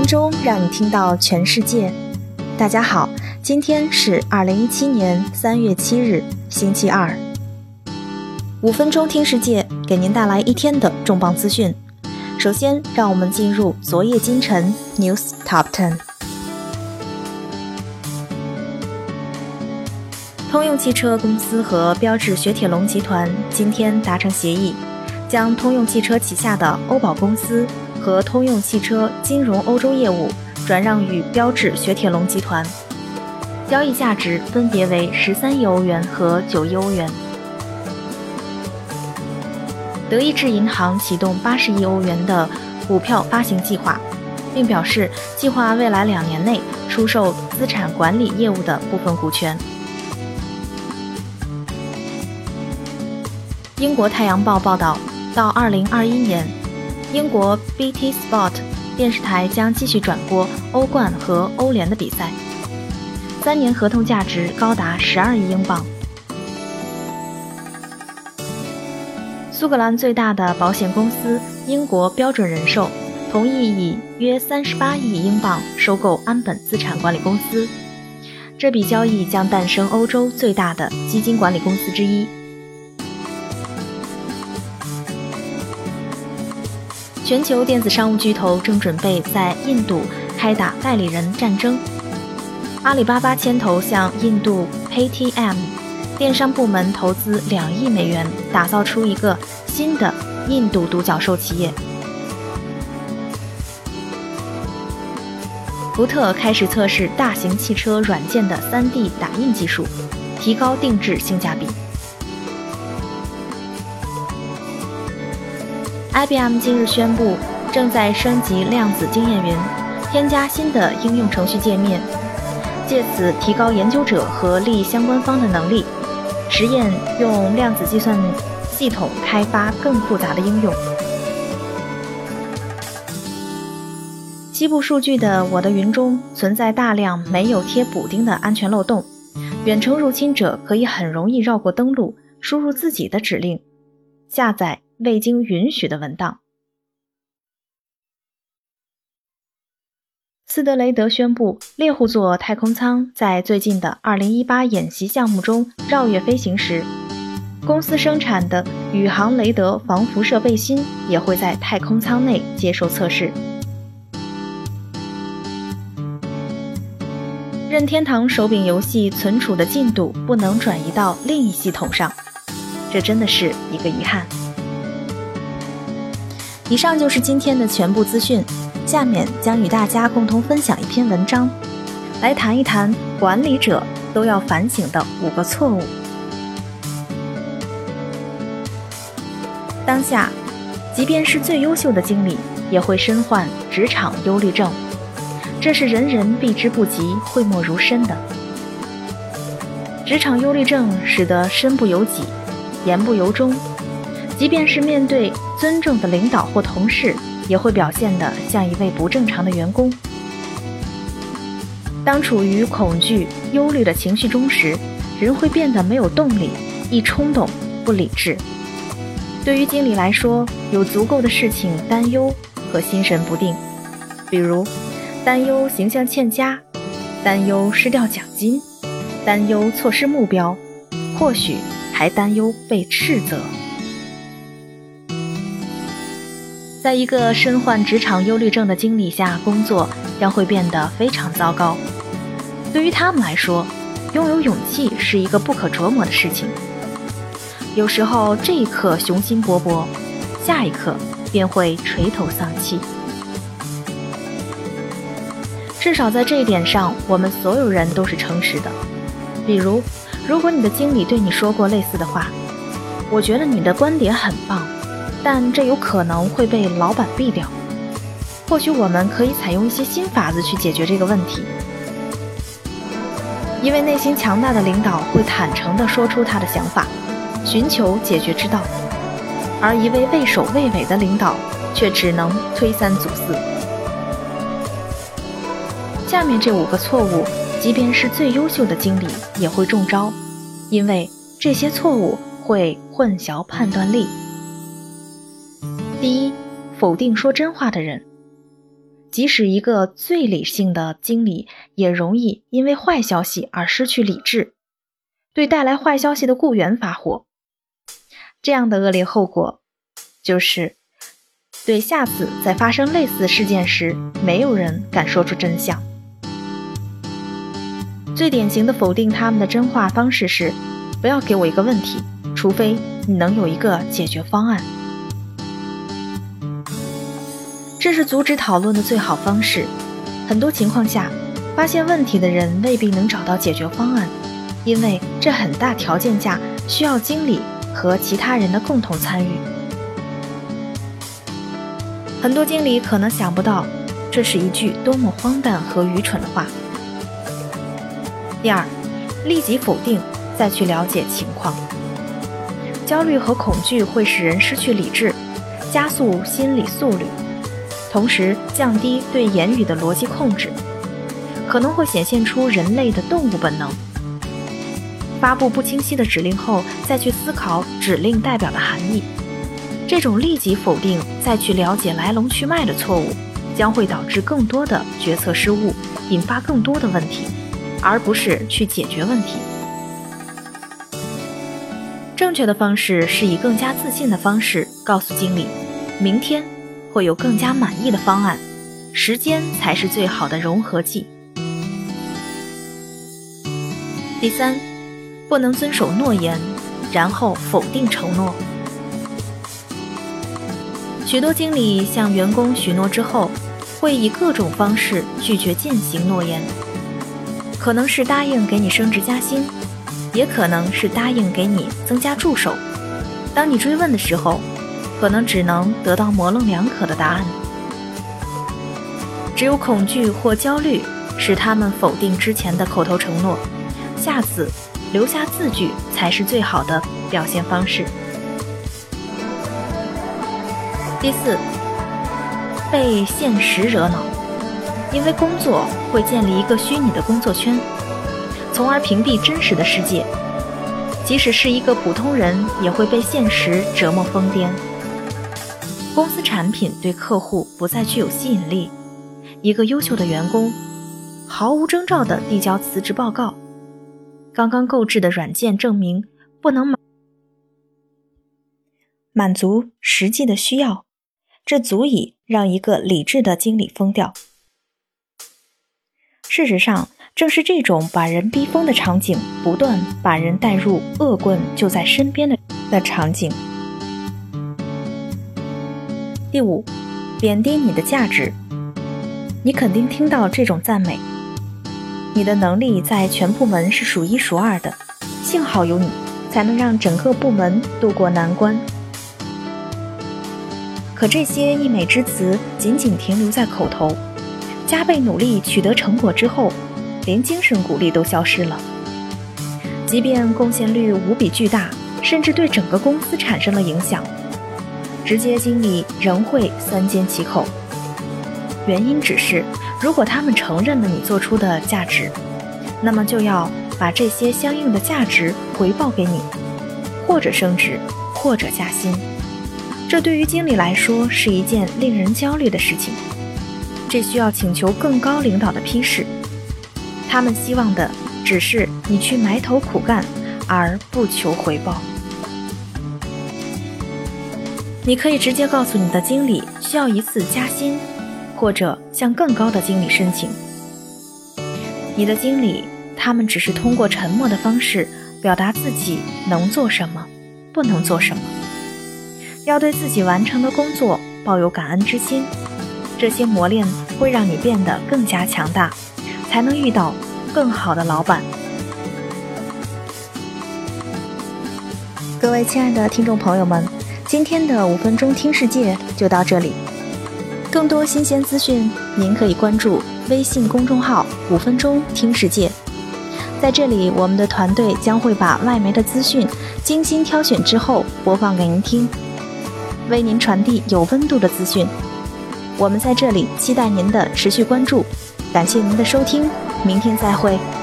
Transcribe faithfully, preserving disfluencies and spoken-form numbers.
钟让你听到全世界。大家好，今天是二零一七年三月七日，星期二。五分钟听世界，给您带来一天的重磅资讯。首先，让我们进入昨夜今晨 News Top 十。通用汽车公司和标致雪铁龙集团今天达成协议，将通用汽车旗下的欧宝公司和通用汽车金融欧洲业务转让予标致雪铁龙集团，交易价值分别为十三亿欧元和九亿欧元。德意志银行启动八十亿欧元的股票发行计划，并表示计划未来两年内出售资产管理业务的部分股权。英国太阳报报道，到二零二一年，英国 B T Sport 电视台将继续转播欧冠和欧联的比赛，三年合同价值高达十二亿英镑。苏格兰最大的保险公司英国标准人寿同意以约三十八亿英镑收购安本资产管理公司，这笔交易将诞生欧洲最大的基金管理公司之一。全球电子商务巨头正准备在印度开打代理人战争。阿里巴巴牵头向印度 Paytm 电商部门投资两亿美元，打造出一个新的印度独角兽企业。福特开始测试大型汽车软件的 三 D 打印技术，提高定制性价比。I B M 今日宣布，正在升级量子经验云，添加新的应用程序界面，借此提高研究者和利益相关方的能力，实验用量子计算系统开发更复杂的应用。西部数据的我的云中存在大量没有贴补丁的安全漏洞，远程入侵者可以很容易绕过登录，输入自己的指令，下载未经允许的文档。斯德雷德宣布，猎户座太空舱在最近的二零一八演习项目中绕月飞行时，公司生产的宇航雷德防辐射卫星也会在太空舱内接受测试。任天堂手柄游戏存储的进度不能转移到另一系统上，这真的是一个遗憾。以上就是今天的全部资讯，下面将与大家共同分享一篇文章，来谈一谈管理者都要反省的五个错误。当下，即便是最优秀的经理，也会身患职场忧虑症，这是人人避之不及、讳莫如深的。职场忧虑症使得身不由己，言不由衷，即便是面对尊重的领导或同事，也会表现得像一位不正常的员工。当处于恐惧、忧虑的情绪中时，人会变得没有动力，易冲动、不理智。对于经理来说，有足够的事情担忧和心神不定，比如担忧形象欠佳，担忧失掉奖金，担忧错失目标，或许还担忧被斥责。在一个身患职场忧虑症的经理下工作，将会变得非常糟糕。对于他们来说，拥有勇气是一个不可琢磨的事情。有时候这一刻雄心勃勃，下一刻便会垂头丧气。至少在这一点上，我们所有人都是诚实的。比如，如果你的经理对你说过类似的话，我觉得你的观点很棒，但这有可能会被老板毙掉。或许我们可以采用一些新法子去解决这个问题。一位内心强大的领导会坦诚地说出他的想法，寻求解决之道，而一位畏首畏尾的领导却只能推三阻四。下面这五个错误，即便是最优秀的经理也会中招，因为这些错误会混淆判断力。第一，否定说真话的人。即即使一个最理性的经理，也容易因为坏消息而失去理智，对带来坏消息的雇员发火。这样的恶劣后果，就是对下次在发生类似事件时，没有人敢说出真相。最典型的否定他们的真话方式是：不要给我一个问题，除非你能有一个解决方案。这是阻止讨论的最好方式。很多情况下，发现问题的人未必能找到解决方案，因为这很大条件下需要经理和其他人的共同参与。很多经理可能想不到，这是一句多么荒诞和愚蠢的话。第二，立即否定，再去了解情况。焦虑和恐惧会使人失去理智，加速心理速率，同时降低对言语的逻辑控制，可能会显现出人类的动物本能。发布不清晰的指令后，再去思考指令代表的含义。这种立即否定，再去了解来龙去脉的错误，将会导致更多的决策失误，引发更多的问题，而不是去解决问题。正确的方式是以更加自信的方式告诉经理，明天会有更加满意的方案，时间才是最好的融合剂。第三，不能遵守诺言，然后否定承诺。许多经理向员工许诺之后，会以各种方式拒绝践行诺言，可能是答应给你升职加薪，也可能是答应给你增加助手。当你追问的时候，可能只能得到模棱两可的答案。只有恐惧或焦虑使他们否定之前的口头承诺，下次留下字据才是最好的表现方式。第四，被现实惹恼，因为工作会建立一个虚拟的工作圈，从而屏蔽真实的世界。即使是一个普通人，也会被现实折磨疯癫。公司产品对客户不再具有吸引力，一个优秀的员工毫无征兆地递交辞职报告，刚刚购置的软件证明不能满足实际的需要，这足以让一个理智的经理疯掉。事实上，正是这种把人逼疯的场景，不断把人带入恶棍就在身边的的场景。第五，贬低你的价值。你肯定听到这种赞美，你的能力在全部门是数一数二的，幸好有你，才能让整个部门渡过难关。可这些溢美之词仅仅停留在口头，加倍努力取得成果之后，连精神鼓励都消失了。即便贡献率无比巨大，甚至对整个公司产生了影响，直接经理仍会三缄其口。原因只是，如果他们承认了你做出的价值，那么就要把这些相应的价值回报给你，或者升职，或者加薪。这对于经理来说是一件令人焦虑的事情，这需要请求更高领导的批示。他们希望的只是你去埋头苦干，而不求回报。你可以直接告诉你的经理需要一次加薪，或者向更高的经理申请。你的经理，他们只是通过沉默的方式表达自己能做什么，不能做什么。要对自己完成的工作抱有感恩之心，这些磨练会让你变得更加强大，才能遇到更好的老板。各位亲爱的听众朋友们，今天的五分钟听世界就到这里。更多新鲜资讯，您可以关注微信公众号五分钟听世界。在这里，我们的团队将会把外媒的资讯精心挑选之后播放给您听，为您传递有温度的资讯。我们在这里期待您的持续关注，感谢您的收听，明天再会。